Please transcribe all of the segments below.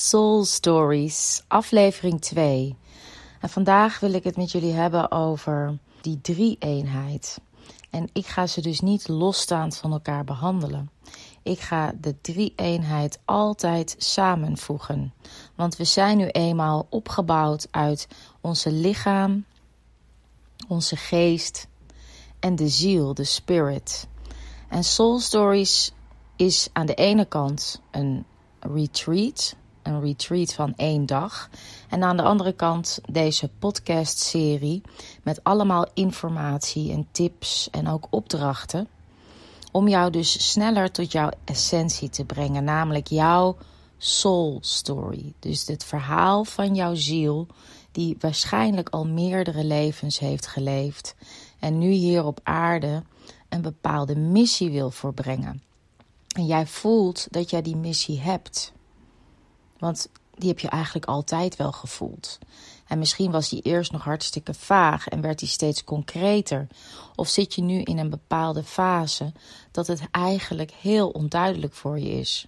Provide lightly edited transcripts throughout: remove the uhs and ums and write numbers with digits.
Soul Stories, aflevering 2. En vandaag wil ik het met jullie hebben over die drie-eenheid. En ik ga ze dus niet losstaand van elkaar behandelen. Ik ga de drie-eenheid altijd samenvoegen. Want we zijn nu eenmaal opgebouwd uit onze lichaam, onze geest en de ziel, de spirit. En Soul Stories is aan de ene kant een retreat van 1 dag. En aan de andere kant deze podcastserie met allemaal informatie en tips en ook opdrachten. Om jou dus sneller tot jouw essentie te brengen, namelijk jouw soul story. Dus het verhaal van jouw ziel die waarschijnlijk al meerdere levens heeft geleefd. En nu hier op aarde een bepaalde missie wil voorbrengen. En jij voelt dat jij die missie hebt. Want die heb je eigenlijk altijd wel gevoeld. En misschien was die eerst nog hartstikke vaag en werd die steeds concreter. Of zit je nu in een bepaalde fase dat het eigenlijk heel onduidelijk voor je is.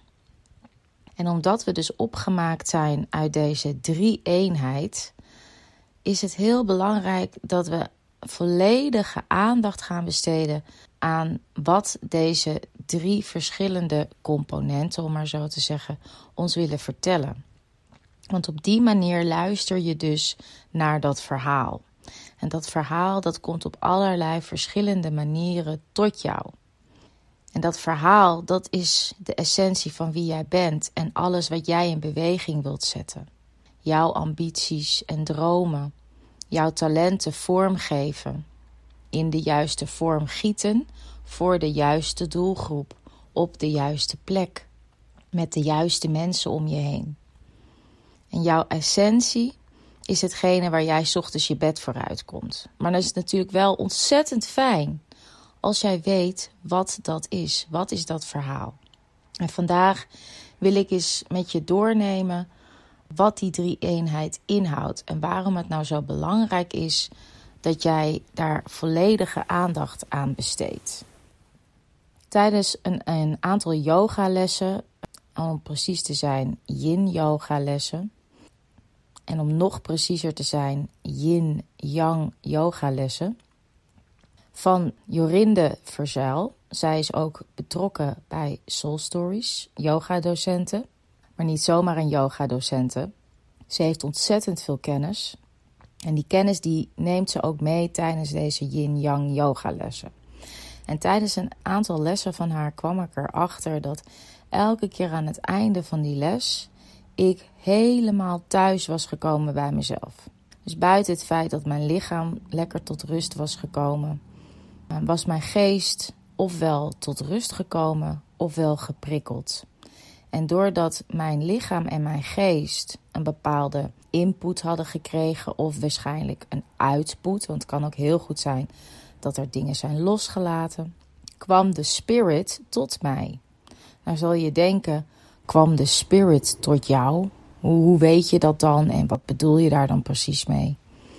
En omdat we dus opgemaakt zijn uit deze drie-eenheid, is het heel belangrijk dat we volledige aandacht gaan besteden aan wat deze 3 verschillende componenten, om maar zo te zeggen, ons willen vertellen. Want op die manier luister je dus naar dat verhaal. En dat verhaal dat komt op allerlei verschillende manieren tot jou. En dat verhaal, dat is de essentie van wie jij bent en alles wat jij in beweging wilt zetten. Jouw ambities en dromen, jouw talenten vormgeven, in de juiste vorm gieten voor de juiste doelgroep, op de juiste plek, met de juiste mensen om je heen. En jouw essentie is hetgene waar jij 's ochtends je bed voor uitkomt. Maar dan is het natuurlijk wel ontzettend fijn als jij weet wat dat is. Wat is dat verhaal? En vandaag wil ik eens met je doornemen wat die drie-eenheid inhoudt. En waarom het nou zo belangrijk is dat jij daar volledige aandacht aan besteedt. Tijdens een aantal yogalessen, om precies te zijn yin-yogalessen. En om nog preciezer te zijn, yin-yang yogalessen. Van Jorinde Verzuil. Zij is ook betrokken bij Soul Stories, yogadocenten. Maar niet zomaar een yogadocenten. Ze heeft ontzettend veel kennis. En die kennis die neemt ze ook mee tijdens deze yin-yang yogalessen. En tijdens een aantal lessen van haar kwam ik erachter dat elke keer aan het einde van die les ik helemaal thuis was gekomen bij mezelf. Dus buiten het feit dat mijn lichaam lekker tot rust was gekomen, was mijn geest ofwel tot rust gekomen ofwel geprikkeld. En doordat mijn lichaam en mijn geest een bepaalde input hadden gekregen of waarschijnlijk een output, want het kan ook heel goed zijn dat er dingen zijn losgelaten, kwam de spirit tot mij. Nou zal je denken, kwam de spirit tot jou? Hoe weet je dat dan en wat bedoel je daar dan precies mee?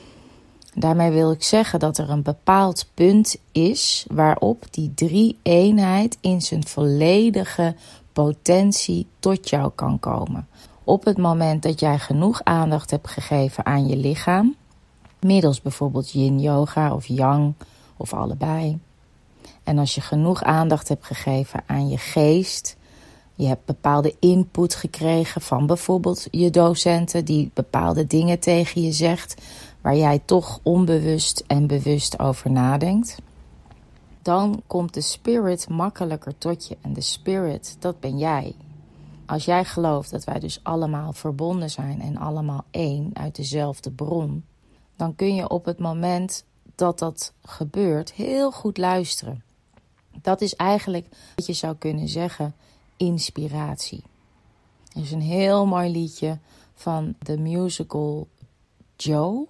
Daarmee wil ik zeggen dat er een bepaald punt is waarop die drie-eenheid in zijn volledige potentie tot jou kan komen. Op het moment dat jij genoeg aandacht hebt gegeven aan je lichaam, middels bijvoorbeeld yin-yoga of yang of allebei. En als je genoeg aandacht hebt gegeven aan je geest, je hebt bepaalde input gekregen van bijvoorbeeld je docenten die bepaalde dingen tegen je zegt, waar jij toch onbewust en bewust over nadenkt, dan komt de spirit makkelijker tot je. En de spirit, dat ben jij. Als jij gelooft dat wij dus allemaal verbonden zijn en allemaal één uit dezelfde bron, dan kun je op het moment dat dat gebeurt heel goed luisteren. Dat is eigenlijk wat je zou kunnen zeggen, inspiratie. Er is een heel mooi liedje van de musical Joe.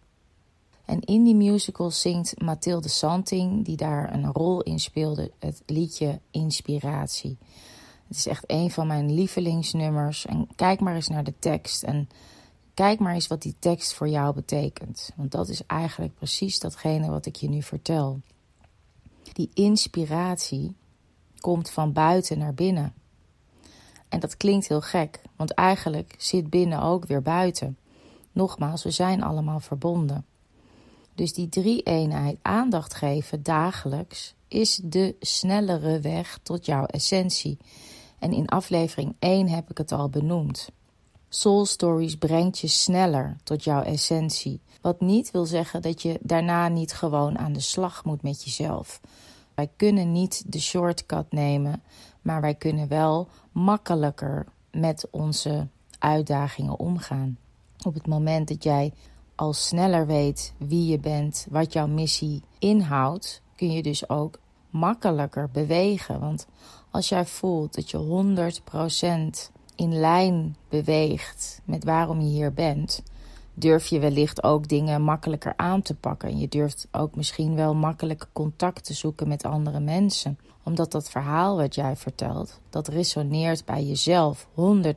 En in die musical zingt Mathilde Santing, die daar een rol in speelde, het liedje Inspiratie. Het is echt een van mijn lievelingsnummers. En kijk maar eens naar de tekst en kijk maar eens wat die tekst voor jou betekent. Want dat is eigenlijk precies datgene wat ik je nu vertel. Die inspiratie komt van buiten naar binnen. En dat klinkt heel gek, want eigenlijk zit binnen ook weer buiten. Nogmaals, we zijn allemaal verbonden. Dus die 3-eenheid aandacht geven dagelijks is de snellere weg tot jouw essentie. En in aflevering 1 heb ik het al benoemd. Soul Stories brengt je sneller tot jouw essentie. Wat niet wil zeggen dat je daarna niet gewoon aan de slag moet met jezelf. Wij kunnen niet de shortcut nemen, maar wij kunnen wel makkelijker met onze uitdagingen omgaan. Op het moment dat jij al sneller weet wie je bent, wat jouw missie inhoudt, kun je dus ook makkelijker bewegen. Want als jij voelt dat je 100% in lijn beweegt met waarom je hier bent, durf je wellicht ook dingen makkelijker aan te pakken. En je durft ook misschien wel makkelijker contact te zoeken met andere mensen. Omdat dat verhaal wat jij vertelt, dat resoneert bij jezelf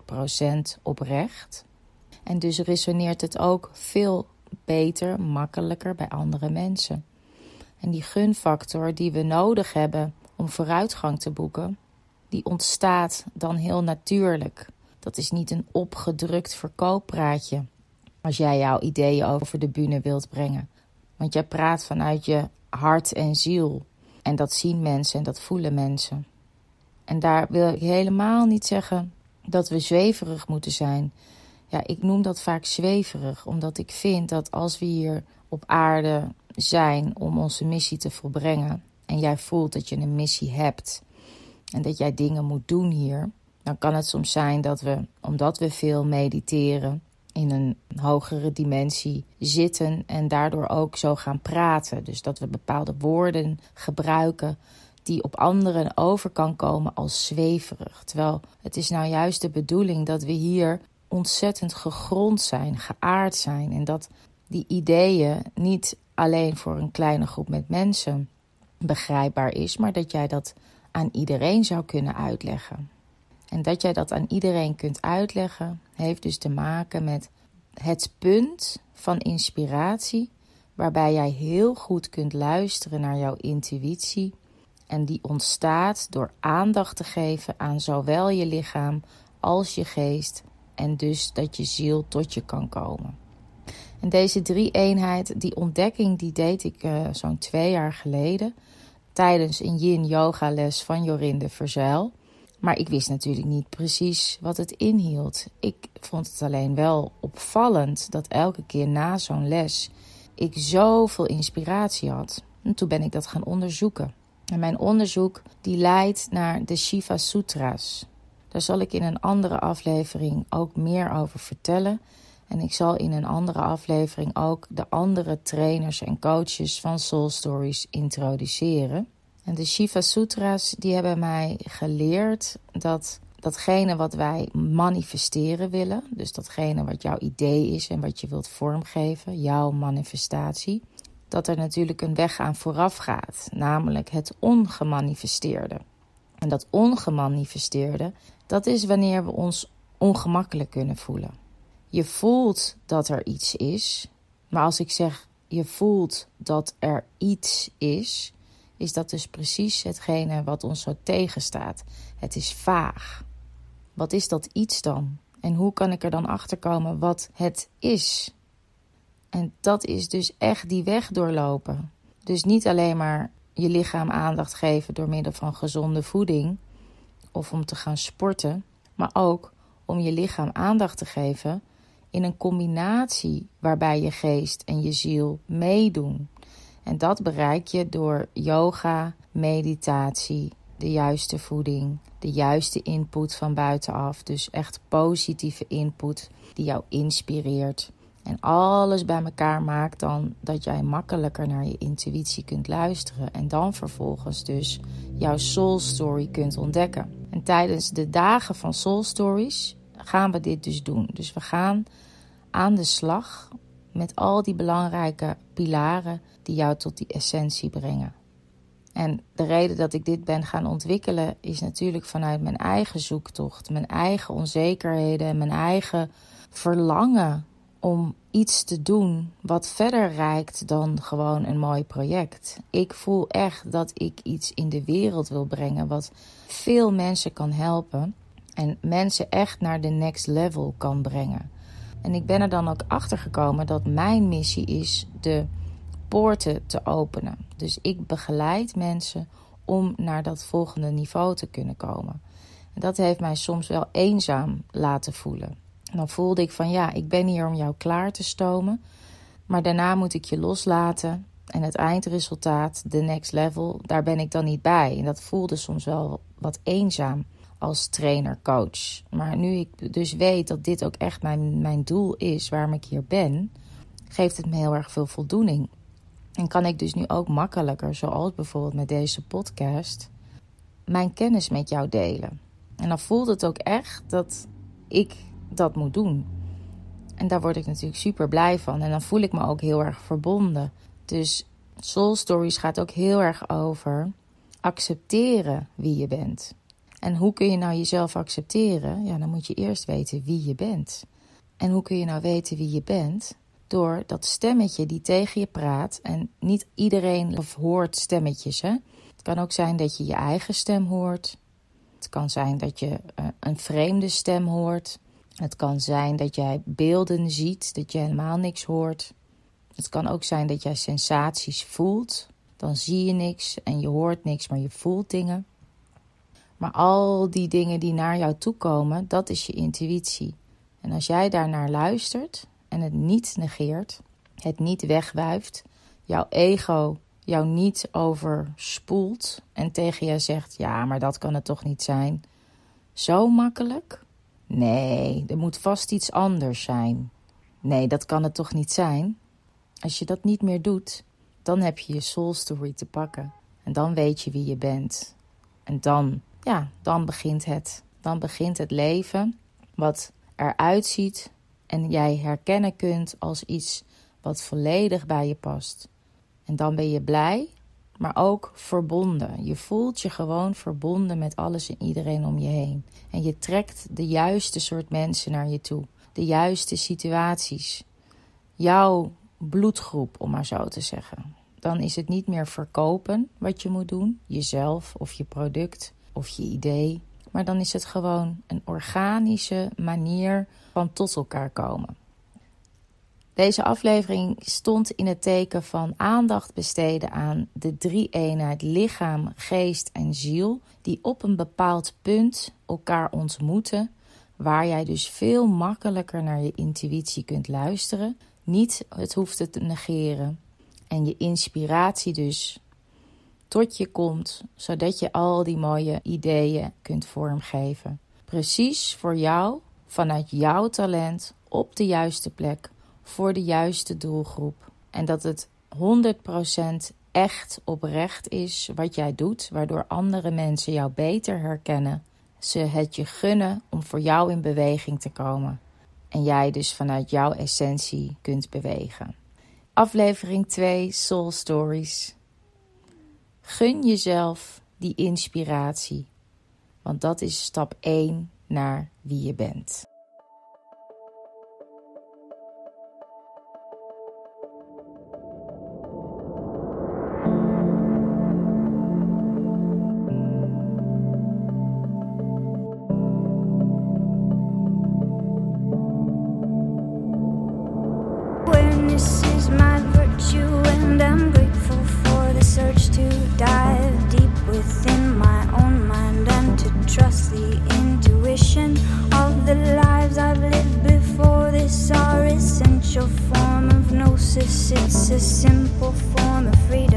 100% oprecht. En dus resoneert het ook veel beter, makkelijker bij andere mensen. En die gunfactor die we nodig hebben om vooruitgang te boeken, die ontstaat dan heel natuurlijk. Dat is niet een opgedrukt verkooppraatje als jij jouw ideeën over de bühne wilt brengen. Want jij praat vanuit je hart en ziel. En dat zien mensen en dat voelen mensen. En daar wil ik helemaal niet zeggen dat we zweverig moeten zijn. Ja, ik noem dat vaak zweverig, omdat ik vind dat als we hier op aarde zijn om onze missie te volbrengen, en jij voelt dat je een missie hebt en dat jij dingen moet doen hier, dan kan het soms zijn dat we, omdat we veel mediteren, in een hogere dimensie zitten en daardoor ook zo gaan praten. Dus dat we bepaalde woorden gebruiken die op anderen over kan komen als zweverig. Terwijl het is nou juist de bedoeling dat we hier ontzettend gegrond zijn, geaard zijn. En dat die ideeën niet alleen voor een kleine groep met mensen begrijpbaar is, maar dat jij dat aan iedereen zou kunnen uitleggen. En dat jij dat aan iedereen kunt uitleggen, heeft dus te maken met het punt van inspiratie, waarbij jij heel goed kunt luisteren naar jouw intuïtie. En die ontstaat door aandacht te geven aan zowel je lichaam als je geest. En dus dat je ziel tot je kan komen. En deze 3-eenheid, die ontdekking, die deed ik zo'n 2 jaar geleden tijdens een yin yoga les van Jorinde Verzeil. Maar ik wist natuurlijk niet precies wat het inhield. Ik vond het alleen wel opvallend dat elke keer na zo'n les ik zoveel inspiratie had. En toen ben ik dat gaan onderzoeken. En mijn onderzoek die leidt naar de Shiva Sutra's. Daar zal ik in een andere aflevering ook meer over vertellen. En ik zal in een andere aflevering ook de andere trainers en coaches van Soul Stories introduceren. En de Shiva Sutra's die hebben mij geleerd dat datgene wat wij manifesteren willen, dus datgene wat jouw idee is en wat je wilt vormgeven, jouw manifestatie, dat er natuurlijk een weg aan vooraf gaat, namelijk het ongemanifesteerde. En dat ongemanifesteerde, dat is wanneer we ons ongemakkelijk kunnen voelen. Je voelt dat er iets is, maar als ik zeg je voelt dat er iets is dat dus precies hetgene wat ons zo tegenstaat. Het is vaag. Wat is dat iets dan? En hoe kan ik er dan achter komen wat het is? En dat is dus echt die weg doorlopen. Dus niet alleen maar je lichaam aandacht geven door middel van gezonde voeding of om te gaan sporten, maar ook om je lichaam aandacht te geven in een combinatie waarbij je geest en je ziel meedoen. En dat bereik je door yoga, meditatie, de juiste voeding, de juiste input van buitenaf. Dus echt positieve input die jou inspireert. En alles bij elkaar maakt dan dat jij makkelijker naar je intuïtie kunt luisteren. En dan vervolgens dus jouw soul story kunt ontdekken. En tijdens de dagen van Soul Stories gaan we dit dus doen. Dus we gaan aan de slag met al die belangrijke pilaren die jou tot die essentie brengen. En de reden dat ik dit ben gaan ontwikkelen is natuurlijk vanuit mijn eigen zoektocht, mijn eigen onzekerheden en mijn eigen verlangen om iets te doen wat verder reikt dan gewoon een mooi project. Ik voel echt dat ik iets in de wereld wil brengen wat veel mensen kan helpen. En mensen echt naar de next level kan brengen. En ik ben er dan ook achter gekomen dat mijn missie is de poorten te openen. Dus ik begeleid mensen om naar dat volgende niveau te kunnen komen. En dat heeft mij soms wel eenzaam laten voelen. En dan voelde ik van ik ben hier om jou klaar te stomen. Maar daarna moet ik je loslaten. En het eindresultaat, de next level, daar ben ik dan niet bij. En dat voelde soms wel wat eenzaam als trainer-coach. Maar nu ik dus weet dat dit ook echt mijn doel is, waarom ik hier ben, geeft het me heel erg veel voldoening. En kan ik dus nu ook makkelijker, zoals bijvoorbeeld met deze podcast, mijn kennis met jou delen. En dan voelt het ook echt dat ik dat moet doen. En daar word ik natuurlijk super blij van. En dan voel ik me ook heel erg verbonden. Dus Soul Stories gaat ook heel erg over accepteren wie je bent. En hoe kun je nou jezelf accepteren? Ja, dan moet je eerst weten wie je bent. En hoe kun je nou weten wie je bent? Door dat stemmetje die tegen je praat. En niet iedereen hoort stemmetjes, hè? Het kan ook zijn dat je je eigen stem hoort. Het kan zijn dat je een vreemde stem hoort. Het kan zijn dat jij beelden ziet, dat je helemaal niks hoort. Het kan ook zijn dat jij sensaties voelt. Dan zie je niks en je hoort niks, maar je voelt dingen. Maar al die dingen die naar jou toe komen, dat is je intuïtie. En als jij daarnaar luistert en het niet negeert, het niet wegwuift, jouw ego jou niet overspoelt en tegen jou zegt, ja, maar dat kan het toch niet zijn. Zo makkelijk? Nee, er moet vast iets anders zijn. Nee, dat kan het toch niet zijn? Als je dat niet meer doet, dan heb je je soul story te pakken. En dan weet je wie je bent. En dan begint het. Dan begint het leven wat eruit ziet en jij herkennen kunt als iets wat volledig bij je past. En dan ben je blij, maar ook verbonden. Je voelt je gewoon verbonden met alles en iedereen om je heen. En je trekt de juiste soort mensen naar je toe. De juiste situaties. Jouw bloedgroep, om maar zo te zeggen. Dan is het niet meer verkopen wat je moet doen. Jezelf of je product of je idee. Maar dan is het gewoon een organische manier van tot elkaar komen. Deze aflevering stond in het teken van aandacht besteden aan de 3-eenheid lichaam, geest en ziel, die op een bepaald punt elkaar ontmoeten, waar jij dus veel makkelijker naar je intuïtie kunt luisteren, niet het hoeft te negeren en je inspiratie dus tot je komt, zodat je al die mooie ideeën kunt vormgeven. Precies voor jou, vanuit jouw talent, op de juiste plek, voor de juiste doelgroep. En dat het 100% echt oprecht is wat jij doet, waardoor andere mensen jou beter herkennen. Ze het je gunnen om voor jou in beweging te komen. En jij dus vanuit jouw essentie kunt bewegen. Aflevering 2, Soul Stories. Gun jezelf die inspiratie. Want dat is stap 1 naar wie je bent. Awareness is my virtue and I'm grateful for the search to dive deep within my own mind and to trust the intuition of the lives I've lived before. This our essential form of gnosis. It's a simple form of freedom.